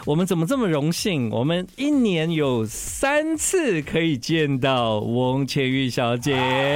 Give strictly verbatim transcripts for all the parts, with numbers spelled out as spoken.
我们怎么这么荣幸？我们一年有三次可以见到翁倩玉小姐。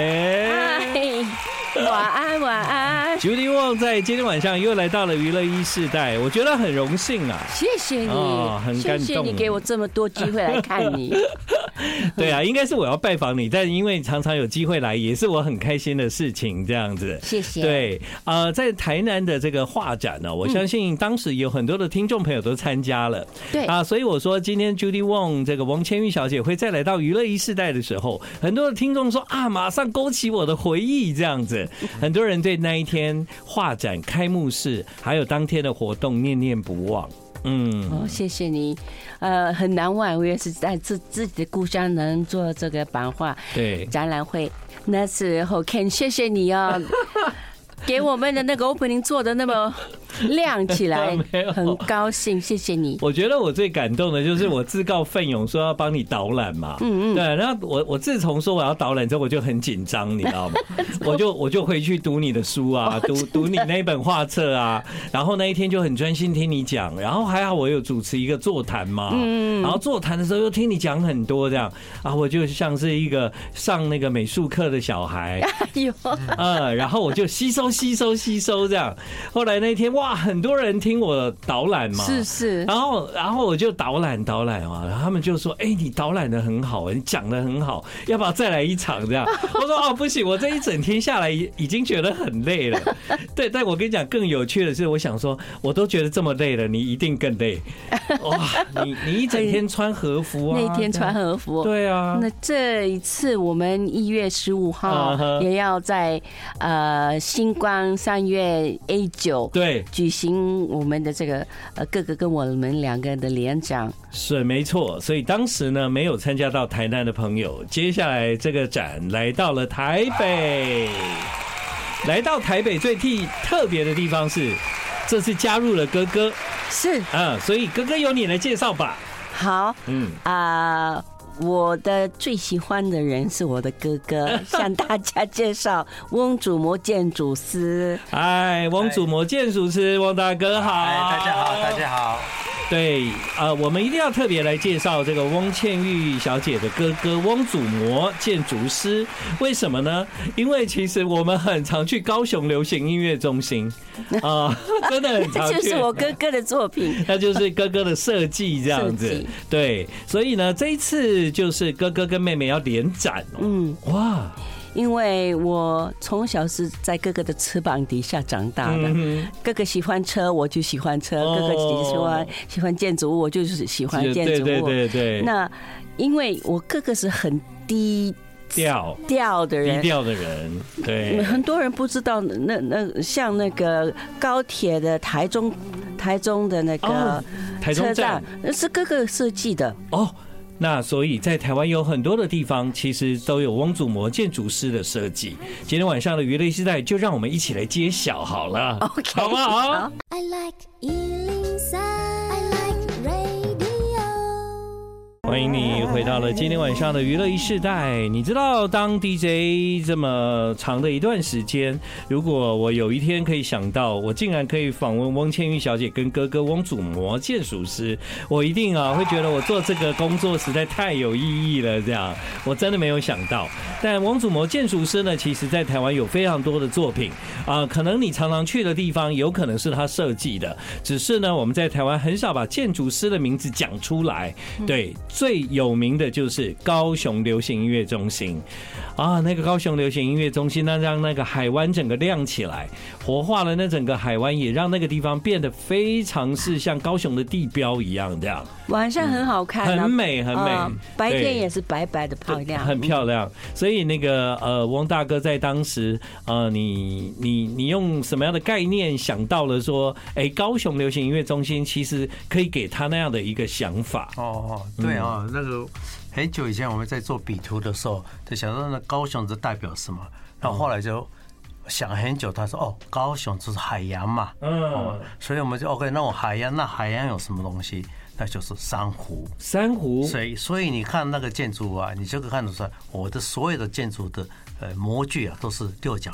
晚安，晚安。 Judy Wong 在今天晚上又来到了娱乐一世代，我觉得很荣幸啊！ 谢谢你， 哦、很感动， 谢谢你给我这么多机会来看你。 对啊，应该是我要拜访你，但因为常常有机会来，也是我很开心的事情。这样子， 谢谢。 对，呃，在台南的这个画展呢，我相信当时有很多的听众朋友都参加了。 对啊，所以我说今天 Judy Wong 这个翁倩玉小姐会再来到娱乐一世代的时候，很多的听众说啊，马上勾起我的回忆，这样子。很多人对那一天画展开幕式还有当天的活动念念不忘。嗯， 哦，谢谢你，呃，很难忘，我也是在自自己的故乡能做这个版画对展览会，那时候 Ken， 谢谢你哦。给我们的那个 opening 做的那么亮起来，很高兴，谢谢你。 我觉得我最感动的就是我自告奋勇说要帮你导览嘛，嗯嗯，对。然后我我自从说我要导览之后，我就很紧张，你知道吗？我就我就回去读你的书啊，读读你那本画册啊，然后那一天就很专心听你讲，然后还好我有主持一个座谈嘛，嗯，然后座谈的时候又听你讲很多这样啊，我就像是一个上那个美术课的小孩， 有， 嗯，然后我就吸收。吸收吸收这样，后来那天哇，很多人听我导览嘛， 是是， 然后然后我就导览导览嘛，然后他们就说，哎、欸，你导览的很好，你讲的很好，要不要再来一场这样？我说哦，不行，我这一整天下来已经觉得很累了。对，但我跟你讲，更有趣的是，我想说，我都觉得这么累了，你一定更累。哇，你你一整天穿和服啊， 那天穿和服， 对啊。 那这一次我们一月十五号也要在呃星光三月 A 九 对举行我们的这个呃哥哥跟我们两个的联展， 是没错。所以当时呢没有参加到台南的朋友，接下来这个展来到了台北。来到台北最特别的地方是，这次加入了哥哥， 是啊，所以哥哥由你来介绍吧。 好，嗯啊。呃我的最喜欢的人是我的哥哥，向大家介绍翁祖模建筑师。 哎，翁祖模建筑师，翁大哥好。 哎，大家好，大家好。 对，呃，我们一定要特别来介绍这个翁倩玉小姐的哥哥翁祖模建筑师。为什么呢？因为其实我们很常去高雄流行音乐中心啊、呃，真的很常去。 就是我哥哥的作品， 那就是哥哥的设计这样子。对，所以呢，这一次就是哥哥跟妹妹要联展哦。嗯，哇。 因为我从小是在哥哥的翅膀底下长大的，嗯、哥哥喜欢车，我就喜欢车；哦、哥哥喜欢喜欢建筑物，我就是喜欢建筑物。 对对对对。 那因为我哥哥是很低调调的人， 低调的人，对， 很多人不知道，那那像那个高铁的台中台中的那个车站，那、哦、是哥哥设计的哦。那所以在台湾有很多的地方其实都有翁祖模建筑师的设计。今天晚上的娱乐时代就让我们一起来揭晓好了， okay, 好不好？ I like 一零三 I like radio。 欢迎你回到了今天晚上的娱乐一世代。你知道当 D J 这么长的一段时间，如果我有一天可以想到我竟然可以访问翁倩玉小姐跟哥哥翁祖模建筑师，我一定啊会觉得我做这个工作实在太有意义了，这样我真的没有想到。但翁祖模建筑师呢，其实在台湾有非常多的作品啊、呃，可能你常常去的地方有可能是他设计的，只是呢我们在台湾很少把建筑师的名字讲出来。对，最有名的就是高雄流行音乐中心啊，那个高雄流行音乐中心，那让那个海湾整个亮起来，活化了那整个海湾，也让那个地方变得非常是像高雄的地标一样，这样晚上很好看、啊嗯， 很美很美、呃， 白天也是白白的漂亮， 很漂亮。所以那个呃，翁大哥在当时呃，你你你用什么样的概念想到了说，哎、欸，高雄流行音乐中心其实可以给他那样的一个想法？ 哦，对啊、嗯，那个很久以前我们在做笔图的时候，就想到那高雄这代表什么，然后后来就想很久，他说哦，高雄就是海洋嘛，嗯、哦，所以我们就 OK， 那我海洋，那海洋有什么东西？那就是珊瑚， 珊瑚。 所以，所以你看那个建筑啊，你就可以看得出来，我的所有的建筑的呃模具啊都是六角形。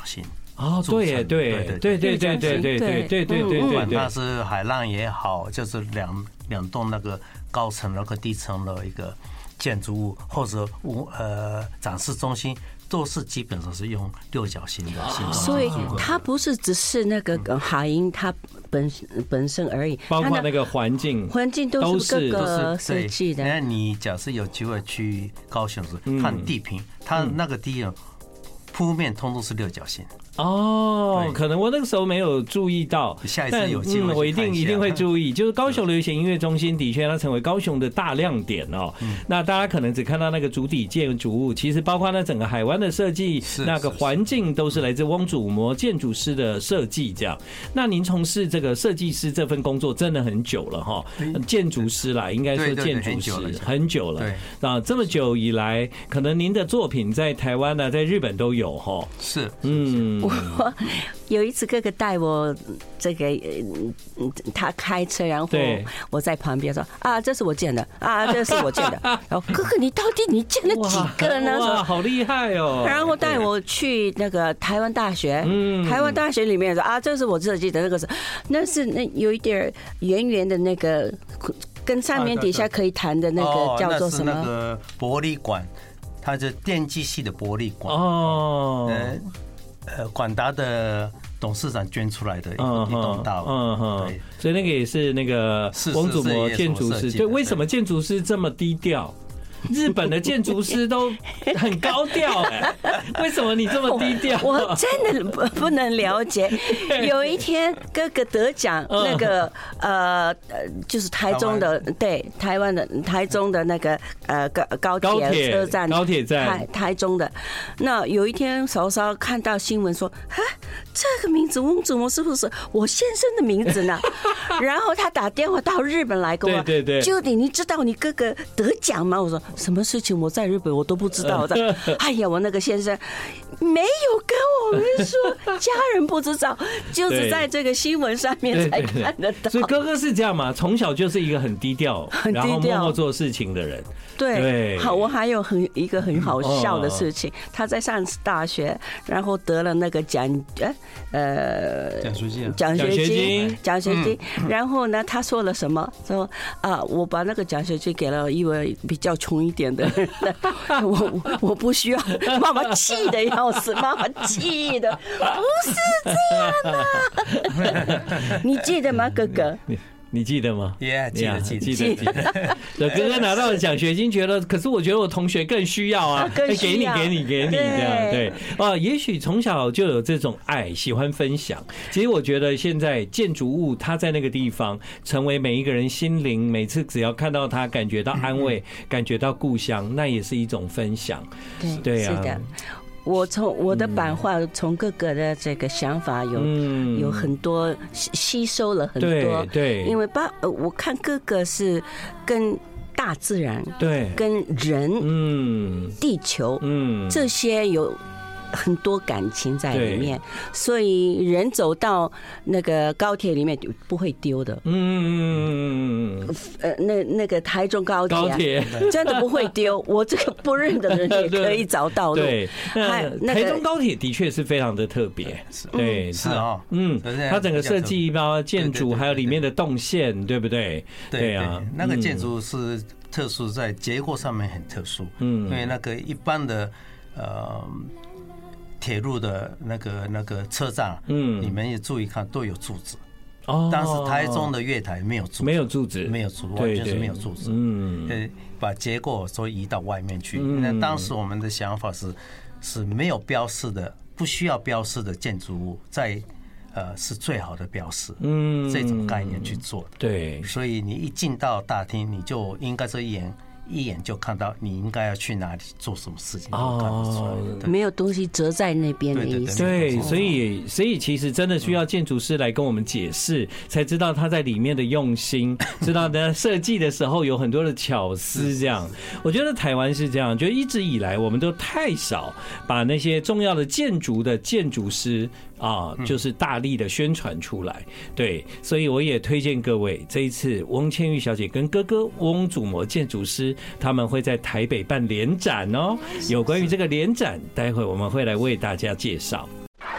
哦，对对对对对对对对对对对对对， 不管它是海浪也好，就是两两栋那个高层楼和低层楼一个建筑物，或者呃展示中心。都是基本上是用六角形的形状， 所以它不是只是那个海鹰它本本身而已， 包括那个环境， 环境都是各个设计的。 那你假设有机会去高雄时，看地坪，它那个地铺面通通是六角形。 哦，可能我那个时候没有注意到， 下一次有机会、 嗯、我一定一定会注意。就是高雄流行音乐中心的确它成为高雄的大亮点哦。嗯、那大家可能只看到那个主体建筑物，其实包括那整个海湾的设计，那个环境都是来自翁祖模建筑师的设计。这样，那您从事这个设计师这份工作真的很久了哈，建筑师啦，应该说建筑师很久了。啊，这么久以来，可能您的作品在台湾呢、啊，在日本都有哈。 是， 嗯。 我有一次哥哥带我这个，他开车，然后我在旁边说啊，这是我建的啊，这是我建的。然后哥哥，你到底你建了几个呢？ 哇，好厉害哦！ 然后带我去那个台湾大学，嗯，台湾大学里面说啊，这是我设计的，那个是那是那有一点圆圆的那个，跟上面底下可以弹的那个叫做什么？ 那个玻璃管，它是电机系的玻璃管哦。 呃，管达的董事长捐出来的一栋大楼， 嗯哼，对，所以那个也是那个翁祖模建筑师。对，为什么建筑师这么低调？日本的建筑师都很高调哎，为什么你这么低调？ 我真的不不能了解。有一天哥哥得奖，那个呃呃，就是台中的对台湾的台中的那个呃高高铁车站高铁站台台中的。那有一天嫂嫂看到新闻说，啊，这个名字翁祖模是不是我先生的名字呢？然后他打电话到日本来跟我， 对对对 ，Judy， 你知道你哥哥得奖吗？我说。什么事情我在日本我都不知道的。哎呀，我那个先生没有跟我们说，家人不知道，就是在这个新闻上面才看得到。 所以哥哥是这样嘛，从小就是一个很低调，然后默默做事情的人。 对，好，我还有很一个很好笑的事情，他在上大学，然后得了那个奖，呃， 奖学金， 奖学金，奖学金。然后呢，他说了什么？说啊，我把那个奖学金给了一位比较穷一点的人，我我不需要。妈妈气得要死，妈妈气的不是这样的。你记得吗，哥哥？ 你记得吗？ 耶，记得记得记得。哥哥拿到了奖学金，觉得，可是我觉得我同学更需要啊，给你给你给你这样对啊。也许从小就有这种爱，喜欢分享。其实我觉得现在建筑物它在那个地方，成为每一个人心灵，每次只要看到它，感觉到安慰，感觉到故乡，那也是一种分享。 对， 对啊。 是的。我从我的版画，从各个的这个想法有、嗯、有很多吸收了很多， 对对， 因为把我看各个是跟大自然、 对， 跟人、嗯，地球，嗯，这些有很多感情在里面，所以人走到那个高铁里面不会丢的。嗯，呃，那那个台中高铁、啊、高铁真的不会丢，我这个不认的人也可以找到路。 对，那台中高铁的确是非常的特别，对， 是啊， 嗯，它整个设计包括建筑还有里面的动线，对不对？ 对啊，那个建筑是特殊在结构上面很特殊，嗯，因为那个一般的呃。铁路的那个那个车站，嗯，你们也注意看，都有柱子。哦，但是台中的月台没有柱子， 没有柱子， 没有柱子，完全是没有柱子。嗯，呃，把结构都移到外面去。那当时我们的想法是，是没有标示的，不需要标示的建筑物，在呃是最好的标示。嗯，这种概念去做。 对， 所以你一进到大厅，你就应该是眼。一眼就看到你应该要去哪里做什么事情，哦， 没有东西折在那边的意思。 对，所以所以其实真的需要建筑师来跟我们解释，才知道他在里面的用心，知道在设计的时候有很多的巧思。这样，我觉得台湾是这样，就一直以来我们都太少把那些重要的建筑的建筑师啊，就是大力的宣传出来。对，所以我也推荐各位，这一次翁倩玉小姐跟哥哥翁祖模建筑师。他们会在台北办联展哦，有关于这个联展，待会我们会来为大家介绍。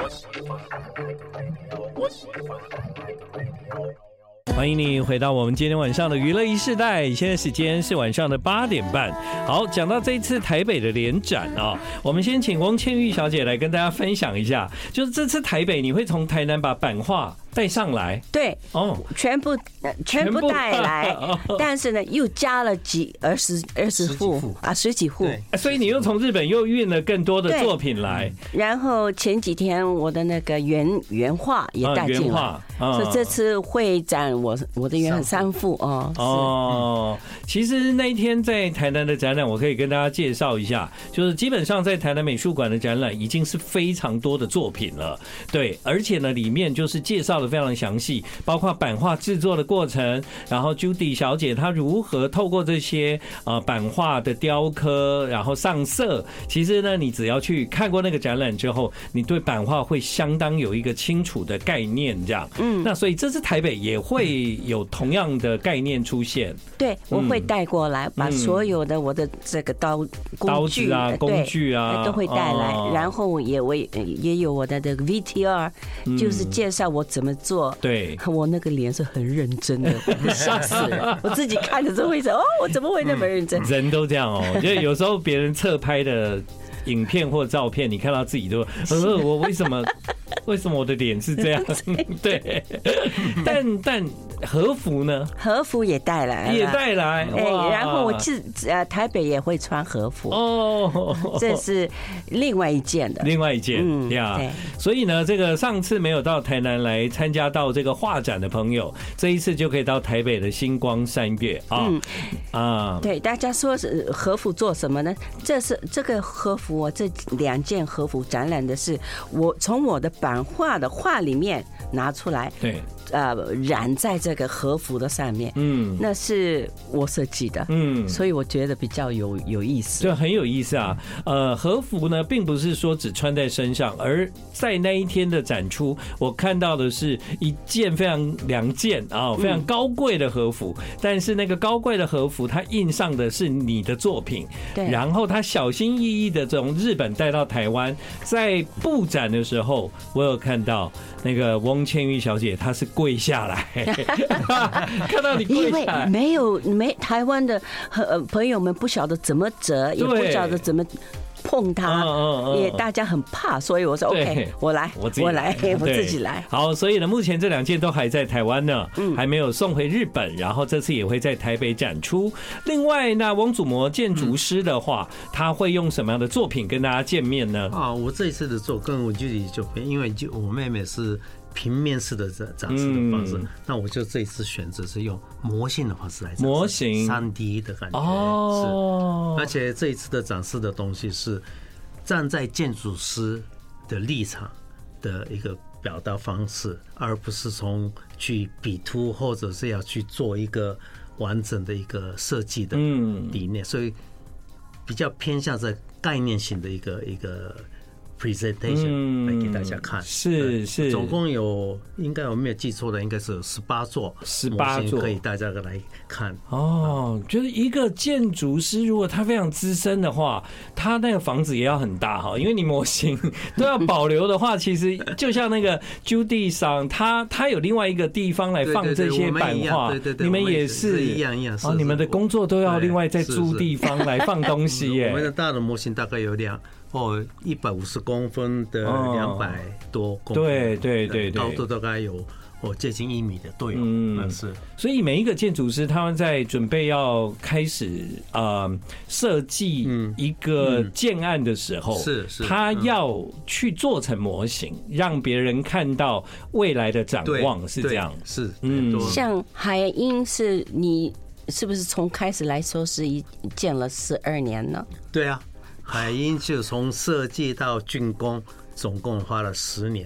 欢迎你回到我们今天晚上的娱乐一世代，现在时间是晚上的八点半。好，讲到这一次台北的联展啊，我们先请翁倩玉小姐来跟大家分享一下，就是这次台北你会从台南把版画带上来？ 对，哦，全部全部带来，但是呢，又加了几二十二十幅啊，十几幅， 所以你又从日本又运了更多的作品来。 然后前几天我的那个原原画也带进来，所以这次会展我我的原三幅哦。 哦，其实那一天在台南的展览，我可以跟大家介绍一下，就是基本上在台南美术馆的展览已经是非常多的作品了，对，而且呢，里面就是介绍的非常详细，包括版画制作的过程，然后 Judy 小姐她如何透过这些呃版画的雕刻，然后上色。其实呢，你只要去看过那个展览之后，你对版画会相当有一个清楚的概念，这样。嗯，那所以这次台北也会有同样的概念出现。 对，我会带过来，把所有的我的这个刀刀子啊、工具啊都会带来，然后也我也有我的这个 V T R， 就是介绍我怎么做。 对， 我那个脸是很认真的，笑死人！我自己看着都会说：“哦，我怎么会那么认真？” 人都这样哦，就有时候别人侧拍的影片或照片，你看到自己都呃，我为什么为什么我的脸是这样？对，但但和服呢？ 和服也带来， 也带来。 哎，然后我自呃台北也会穿和服哦，这是另外一件的， 另外一件呀。所以呢，这个上次没有到台南来参加到这个画展的朋友，这一次就可以到台北的星光三月啊啊。对，大家说是和服做什么呢？这是这个和服，我这两件和服展览的是我从我的版画的画里面拿出来， 对， 呃，染在这个和服的上面，嗯，那是我设计的，嗯，所以我觉得比较有有意思， 对，很有意思啊。呃，和服呢，并不是说只穿在身上，而在那一天的展出，我看到的是一件非常良件啊，非常高贵的和服，嗯、但是那个高贵的和服，它印上的是你的作品， 对， 然后它小心翼翼的从日本带到台湾，在布展的时候，我有看到那个翁倩玉小姐，她是跪下来，看到你跪下来， 因为没有没台湾的朋友们不晓得怎么折，也不晓得怎么碰它，也大家很怕，所以我说 OK， 我来，我来，我自己来。 好，所以呢，目前这两件都还在台湾呢，还没有送回日本，然后这次也会在台北展出。另外，那翁祖模建筑师的话，他会用什么样的作品跟大家见面呢？ 啊，我这一次的做跟我具体就因为就我妹妹是平面式的展示的方式，嗯、那我就这一次选择是用模型的方式来展示， 模型三 D 的感觉哦， 是，而且这一次的展示的东西是站在建筑师的立场的一个表达方式，而不是从去比图或者是要去做一个完整的一个设计的理念，嗯、所以比较偏向在概念型的一个一个。presentation 来给大家看， 是是， 总共有应该我没有记错的，应该是有十八座， 十八座可以大家来看。 哦，就是一个建筑师，如果他非常资深的话，他那个房子也要很大哈，因为你模型都要保留的话，其实就像那个 Judy 上，他他有另外一个地方来放这些版画， 对对对， 你们也是一样一样， 哦，你们的工作都要另外再租地方来放东西耶。 我们的大的模型大概有两。哦，一百五十公分的两百多公分， 对对对对， 高度大概有哦接近一米的都有，嗯，是。 所以每一个建筑师他们在准备要开始呃设计一个建案的时候， 是是， 他要去做成模型，让别人看到未来的展望，是这样， 是， 嗯。像海鹰是你是不是从开始来说是一建了十二年呢？ 对啊。海鹰就从设计到竣工，总共花了十年。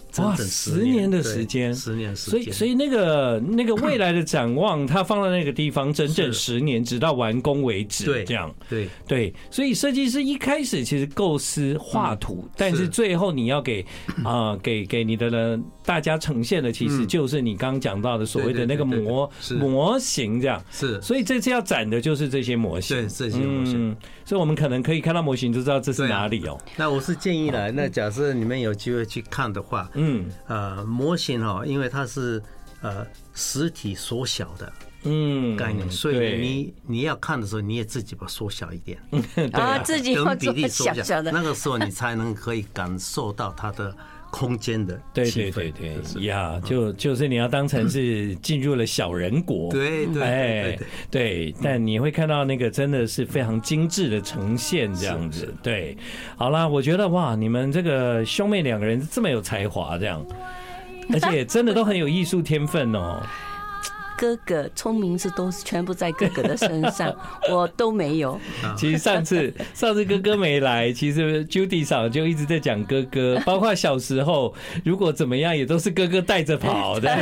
哇， 十年的时间， 十年时间，所以所以那个那个未来的展望，它放在那个地方整整十年，直到完工为止，这样， 对对，所以设计师一开始其实构思画图，但是最后你要给啊给给你的人大家呈现的，其实就是你刚刚讲到的所谓的那个模模型，这样是， 所以这次要展的就是这些模型， 对这些模型， 所以我们可能可以看到模型就知道这是哪里哦。 那我是建议呢，那假设你们有机会去看的话，嗯。嗯，呃，模型哈，因为它是呃实体缩小的嗯概念，所以你你要看的时候，你也自己把它缩小一点， 啊，自己要做小小的， 那个时候你才能可以感受到它的空间的气氛。 对对对对呀，就就是你要当成是进入了小人国， 对对哎对，但你会看到那个真的是非常精致的呈现这样子。对，好啦，我觉得哇，你们这个兄妹两个人这么有才华，这样，而且真的都很有艺术天分哦。 哥哥聪明是都是全部在哥哥的身上，我都没有。 其实上次上次哥哥没来，其实 Judy 嫂就一直在讲哥哥，包括小时候如果怎么样，也都是哥哥带着跑的。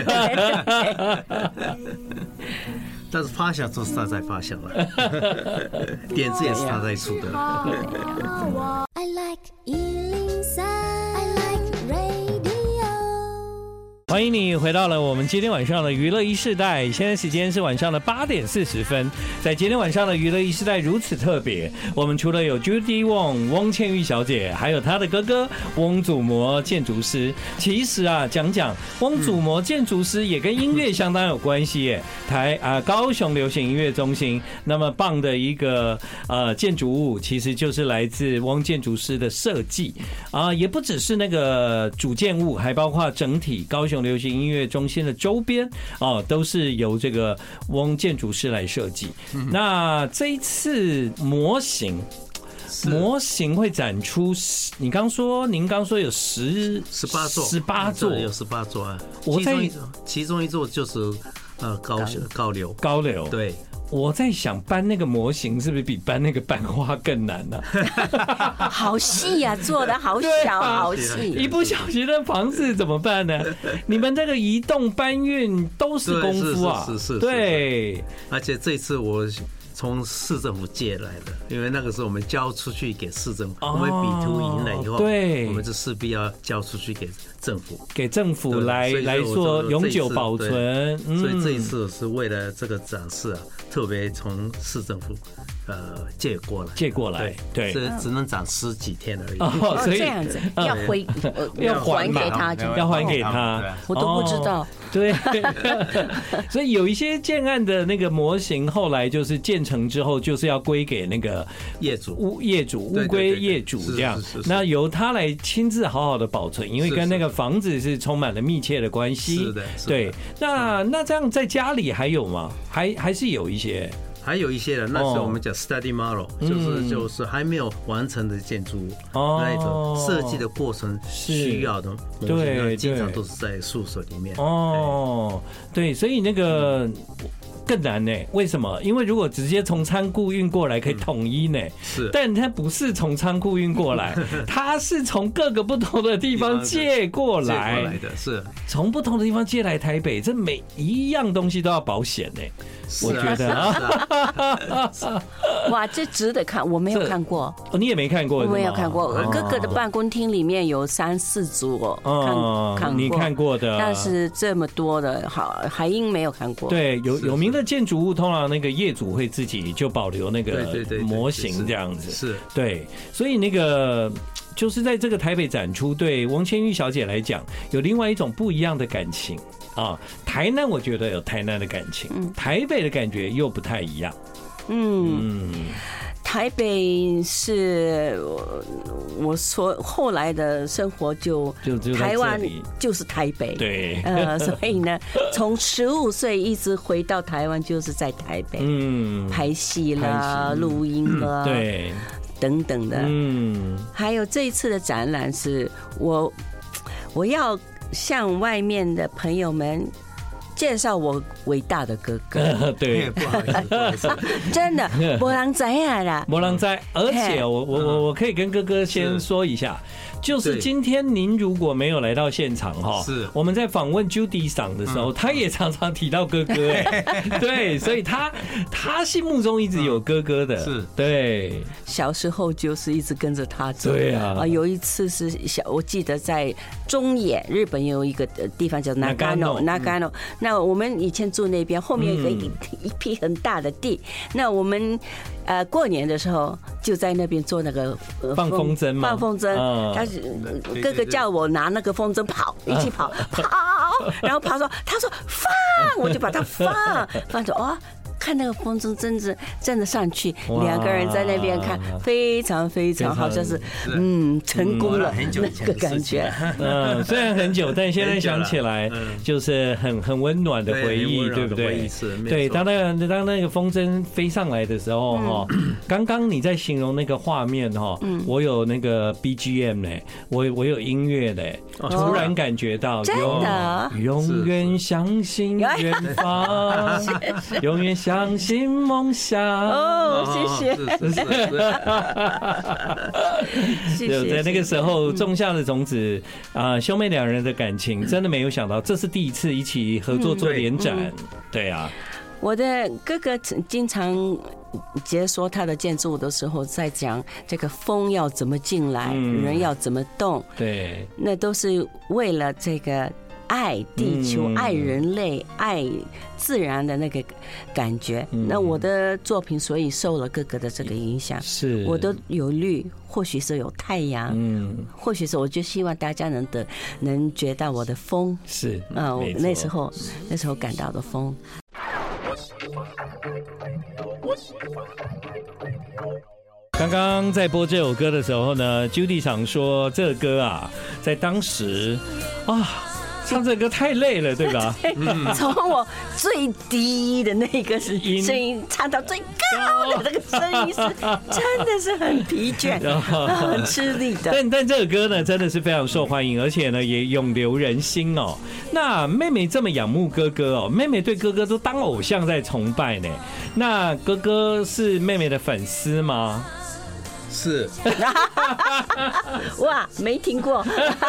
但是发想都是他在发想了，点子也是他在出的。I like 一零三 I like radio。 欢迎你回到了我们今天晚上的娱乐一世代，现在时间是晚上的八点四十分。在今天晚上的娱乐一世代如此特别，我们除了有 Judy Wong 翁倩玉小姐，还有她的哥哥翁祖模建筑师。其实啊，讲讲翁祖模建筑师也跟音乐相当有关系耶。台啊高雄流行音乐中心那么棒的一个呃建筑物，其实就是来自翁建筑师的设计啊，也不只是那个主建物，还包括整体高雄流行音乐中心的周边哦，都是由这个翁建筑师来设计。那这一次模型，模型会展出，你刚说，您刚说有十十八座， 十八座， 有十八座啊。 我在其中一座就是呃高高流， 高流对。 我在想搬那个模型是不是比搬那个版画更难呢？ 好细呀，做的好小，好细。 一不小心的房子怎么办呢？你们这个移动搬运都是功夫啊， 是是是， 对。 而且这次我从市政府借来的，因为那个时候我们交出去给市政府，我们比图赢了以后， 对， 我们就势必要交出去给政府， 给政府来来做永久保存。 所以这一次是为了这个展示啊，特别从市政府呃借过来， 借过来，对， 这只能展十几天而已。 哦，所以这样子要回要还给他， 要还给他， 我都不知道。 对，所以有一些建案的那个模型，后来就是建成之后，就是要归给那个业主， 物业主物归业主这样。那由他来亲自好好的保存，因为跟那个房子是充满了密切的关系。 是的， 对。那那这样在家里还有吗？还还是有一些。 还有一些人，那时候我们讲 study model， 就是就是还没有完成的建筑物，那一种设计的过程需要的模型，经常都是在宿舍里面。 哦，对，所以那个更难呢？为什么？因为如果直接从仓库运过来，可以统一呢。 是， 但它不是从仓库运过来，它是从各个不同的地方借过来。 借过来的是从不同的地方借来台北，这每一样东西都要保险呢。我觉得啊，哇，这值得看，我没有看过， 你也没看过， 我没有看过。哥哥的办公厅里面有三四组哦，看你看过的， 但是这么多的，好，海英没有看过。 对，有有名的建筑物，通常那个业主会自己就保留那个模型这样子， 是对，所以那个。就是在这个台北展出，对翁倩玉小姐来讲，有另外一种不一样的感情啊。台南我觉得有台南的感情，台北的感觉又不太一样。 嗯，台北是我所后来的生活就台湾就是台北， 对， 呃，所以呢，从十五岁一直回到台湾，就是在台北，嗯，拍戏啦，录音啦， 对。 等等的，嗯，还有这一次的展览是我我要向外面的朋友们介绍我伟大的哥哥。 对， 不好意思，不好意思， 真的没人知呀啦， 没人知。而且我我我我可以跟哥哥先说一下。就是今天您如果没有来到现场哈，是我们在访问 Judy 桑的时候，他也常常提到哥哥哎，对，所以他他心目中一直有哥哥的，是对， 小时候就是一直跟着他走， 对啊， 有一次是小，我记得在中野，日本有一个地方叫 Nagano Nagano， 那我们以前住那边，后面有一个一片很大的地，那我们呃过年的时候就在那边做那个放风筝嘛， 放风筝，他是。哥哥叫我拿那个风筝跑，一起跑跑，然后跑说，他说放，我就把它放放着哦。看那个风筝真的真的上去，两个人在那边看，非常非常好像是嗯成功了那个感觉。 嗯，虽然很久，但现在想起来就是很很温暖的回忆，对不对？对，当那个当那个风筝飞上来的时候哈，刚刚你在形容那个画面哈，我有那个 B G M 嘞，我我有音乐嘞，突然感觉到真的永远相信远方，永远相信梦想。 哦，谢谢。谢谢。 在那个时候种下的种子啊，兄妹两人的感情真的没有想到，这是第一次一起合作做联展。对啊， 我的哥哥经常解说他的建筑的时候，在讲这个风要怎么进来，人要怎么动。 对， 那都是为了这个。爱地球、爱人类、爱自然的那个感觉。那我的作品所以受了哥哥的这个影响， 是我都有绿，或许是有太阳，嗯，或许是我就希望大家能得能觉到我的风， 是啊，我那时候那时候感到的风。 刚刚在播这首歌的时候呢 ，Judy 常说这个歌啊，在当时啊。唱这歌太累了，对吧？ 从我最低的那个声音唱到最高的那个声音，是真的是很疲倦、很吃力的。 但但这个歌呢，真的是非常受欢迎，而且呢也永留人心哦。那妹妹这么仰慕哥哥哦，妹妹对哥哥都当偶像在崇拜呢。那哥哥是妹妹的粉丝吗？ 是， 哇，没听过。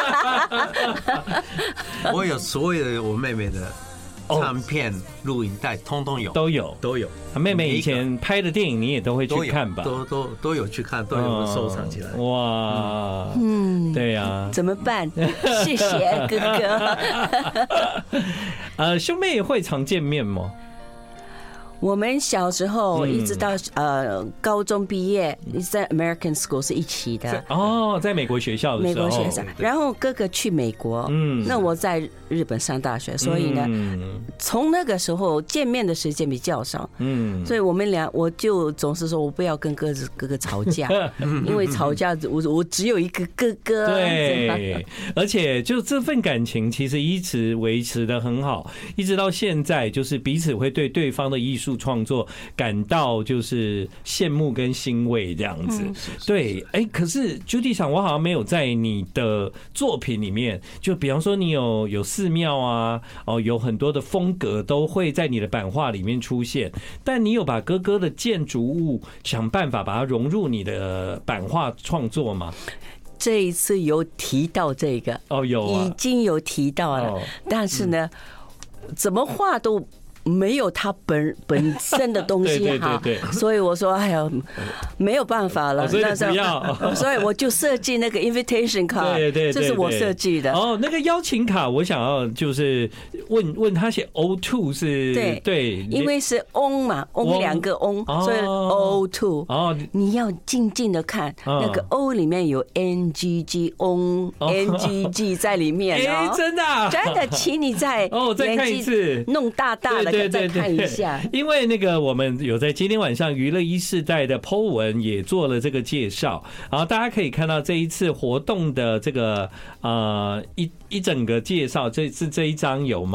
我有所有的我妹妹的唱片、录影带，通通有， 都有， 都有。 妹妹以前拍的电影，你也都会去看吧？ 都都都有去看，都有收藏起来。 哇，嗯，对呀， 怎么办？谢谢哥哥。 呃，兄妹会常见面吗？ 我们小时候一直到呃高中毕业，在 American School 是一起的。 哦，在美国学校的时候， 美国学校。然后哥哥去美国，嗯，那我在日本上大学，所以呢，从那个时候见面的时间比较少，嗯，所以我们俩我就总是说我不要跟哥哥哥哥吵架，因为吵架我我只有一个哥哥。 对，而且就这份感情其实一直维持得很好，一直到现在，就是彼此会对对方的艺术创作感到就是羡慕跟欣慰这样子。对，哎，可是 Judy 桑，我好像没有在你的作品里面，就比方说你有有寺庙啊，哦，有很多的风格都会在你的版画里面出现，但你有把哥哥的建筑物想办法把它融入你的版画创作吗？ 这一次有提到这个哦，有啊， 已经有提到了，哦、但是呢，嗯、怎么画都没有他本本身的东西好，所以我说哎呀，没有办法了， 所以不要， 所以我就设计那个 invitation card， 对对， 这是我设计的。 哦，那个邀请卡，我想要就是问问他写 O 二 是， 对对， 因为是 on 嘛 ，on 两个 on， 所以 O 二。哦，你要静静的看，那个 O 里面有 N G G on N G G 在里面哦， 真的真的，请你再哦再看一次， 弄大大的。对对对， 因为那个我们有在今天晚上娱乐一世代的 po 文也做了这个介绍，然后大家可以看到这一次活动的这个呃一一整个介绍，这是这一张有吗？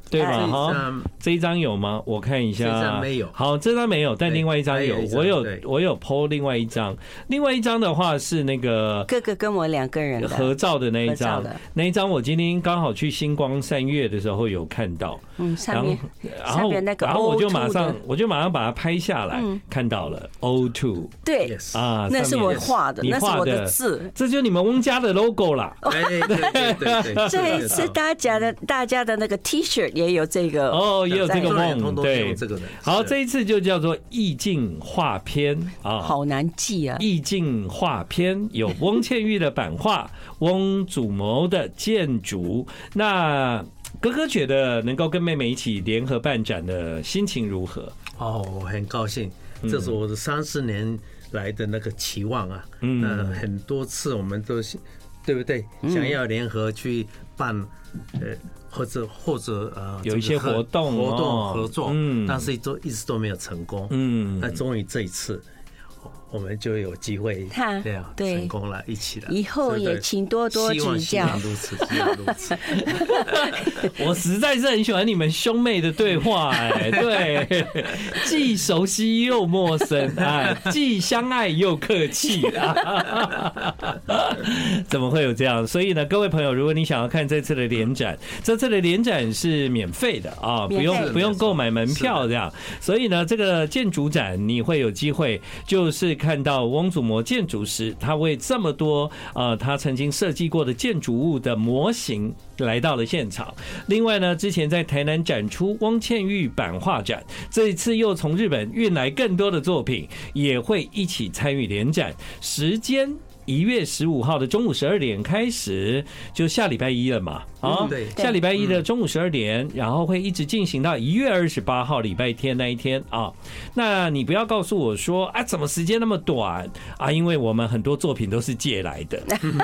对吧？哈，这一张有吗？我看一下， 这张没有。 好，这张没有，但另外一张有。我有，我有 po 另外一张。另外一张的话是那个哥哥跟我两个人合照的那一张，那一张我今天刚好去星光三月的时候有看到。嗯， 上面， 然后然后我就马上我就马上把它拍下来，看到了 O 二。 对啊，那是我画的，那是我的字， 这就是你们翁家的 logo 啦。 对对对对， 这一次大家的大家的那个 T 恤也有这个哦，也有这个梦，对， 这个的。 好，这一次就叫做意境画篇啊， 好难记啊。 意境画篇有翁倩玉的版画，翁祖谋的建筑。那哥哥觉得能够跟妹妹一起联合办展的心情如何？ 哦，我很高兴，这是我的三十年来的那个期望啊。嗯，呃，很多次我们都是，对不对？想要联合去办，呃，或者或者呃， 有一些活动活动合作，嗯，但是都一直都没有成功。嗯，那终于这一次。我们就有机会这样成功了，一起了。 以后也请多多指教。 希望如此，希望如此。 我实在是很喜欢你们兄妹的对话，哎，对，既熟悉又陌生，哎，既相爱又客气啊，怎么会有这样？所以呢，各位朋友，如果你想要看这次的联展，这次的联展是免费的啊，不用不用购买门票这样。所以呢，这个建筑展你会有机会，就是看到翁祖谋建筑师，他为这么多呃他曾经设计过的建筑物的模型来到了现场。另外呢，之前在台南展出翁倩玉版画展，这一次又从日本运来更多的作品，也会一起参与联展。时间一月十五号的中午十二点开始，就下礼拜一了嘛。啊，下礼拜一的中午十二点，然后会一直进行到一月二十八号礼拜天那一天啊。那你不要告诉我说啊，怎么时间那么短啊？因为我们很多作品都是借来的，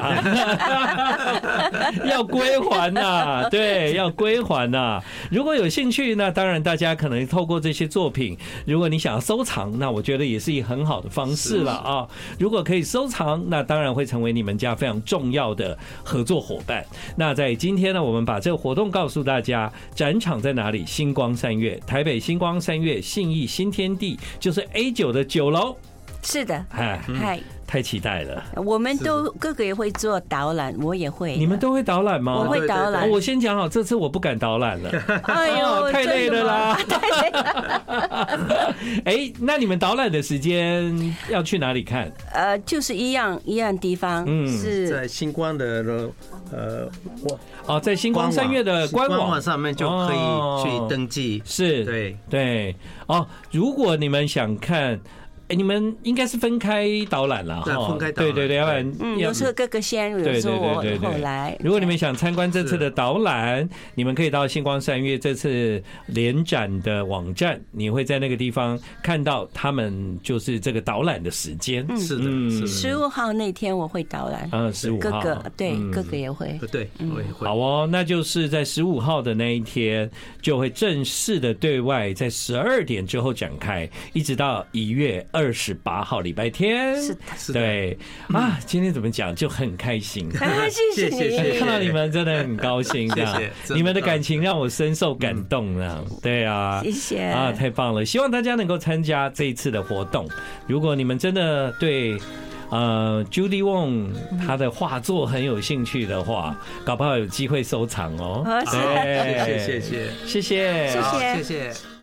要归还呐，对，要归还呐。如果有兴趣，那当然大家可能透过这些作品，如果你想要收藏，那我觉得也是一个很好的方式了啊。如果可以收藏，那当然会成为你们家非常重要的合作伙伴。那在今天。今天呢，我们把这个活动告诉大家，展场在哪里？星光三月，台北星光三月信义新天地，就是 A 九的九楼。 是的， 哎，嗨，太期待了。 我们都哥哥也会做导览，我也会。 你们都会导览吗？ 我会导览。 我先讲好，这次我不敢导览了。 哎呦， 太累了啦！太累了。哎，那你们导览的时间要去哪里看？ 呃，就是一样一样地方，嗯，是在星光的呃， 哦，在星光三月的官网上面就可以去登记。 是，对对。哦，如果你们想看。哎，你们应该是分开导览了哈， 分开导览，对对对，要不然嗯，有时候哥哥先，有时候我后来。 如果你们想参观这次的导览，你们可以到星光三月这次联展的网站，你会在那个地方看到他们就是这个导览的时间。 是的， 十五号那天我会导览。 嗯，十五号， 哥哥对，哥哥也会， 对，我也会。 好哦，那就是在十五号的那一天就会正式的对外，在十二点之后展开，一直到一月二十八号礼拜天， 是的， 对啊，今天怎么讲就很开心， 谢谢你， 看到你们真的很高兴，谢谢，你们的感情让我深受感动呢，对啊， 谢谢啊，太棒了，希望大家能够参加这一次的活动。如果你们真的对呃 Judy Wong 她的画作很有兴趣的话，搞不好有机会收藏哦。 谢谢谢谢谢谢谢谢谢谢。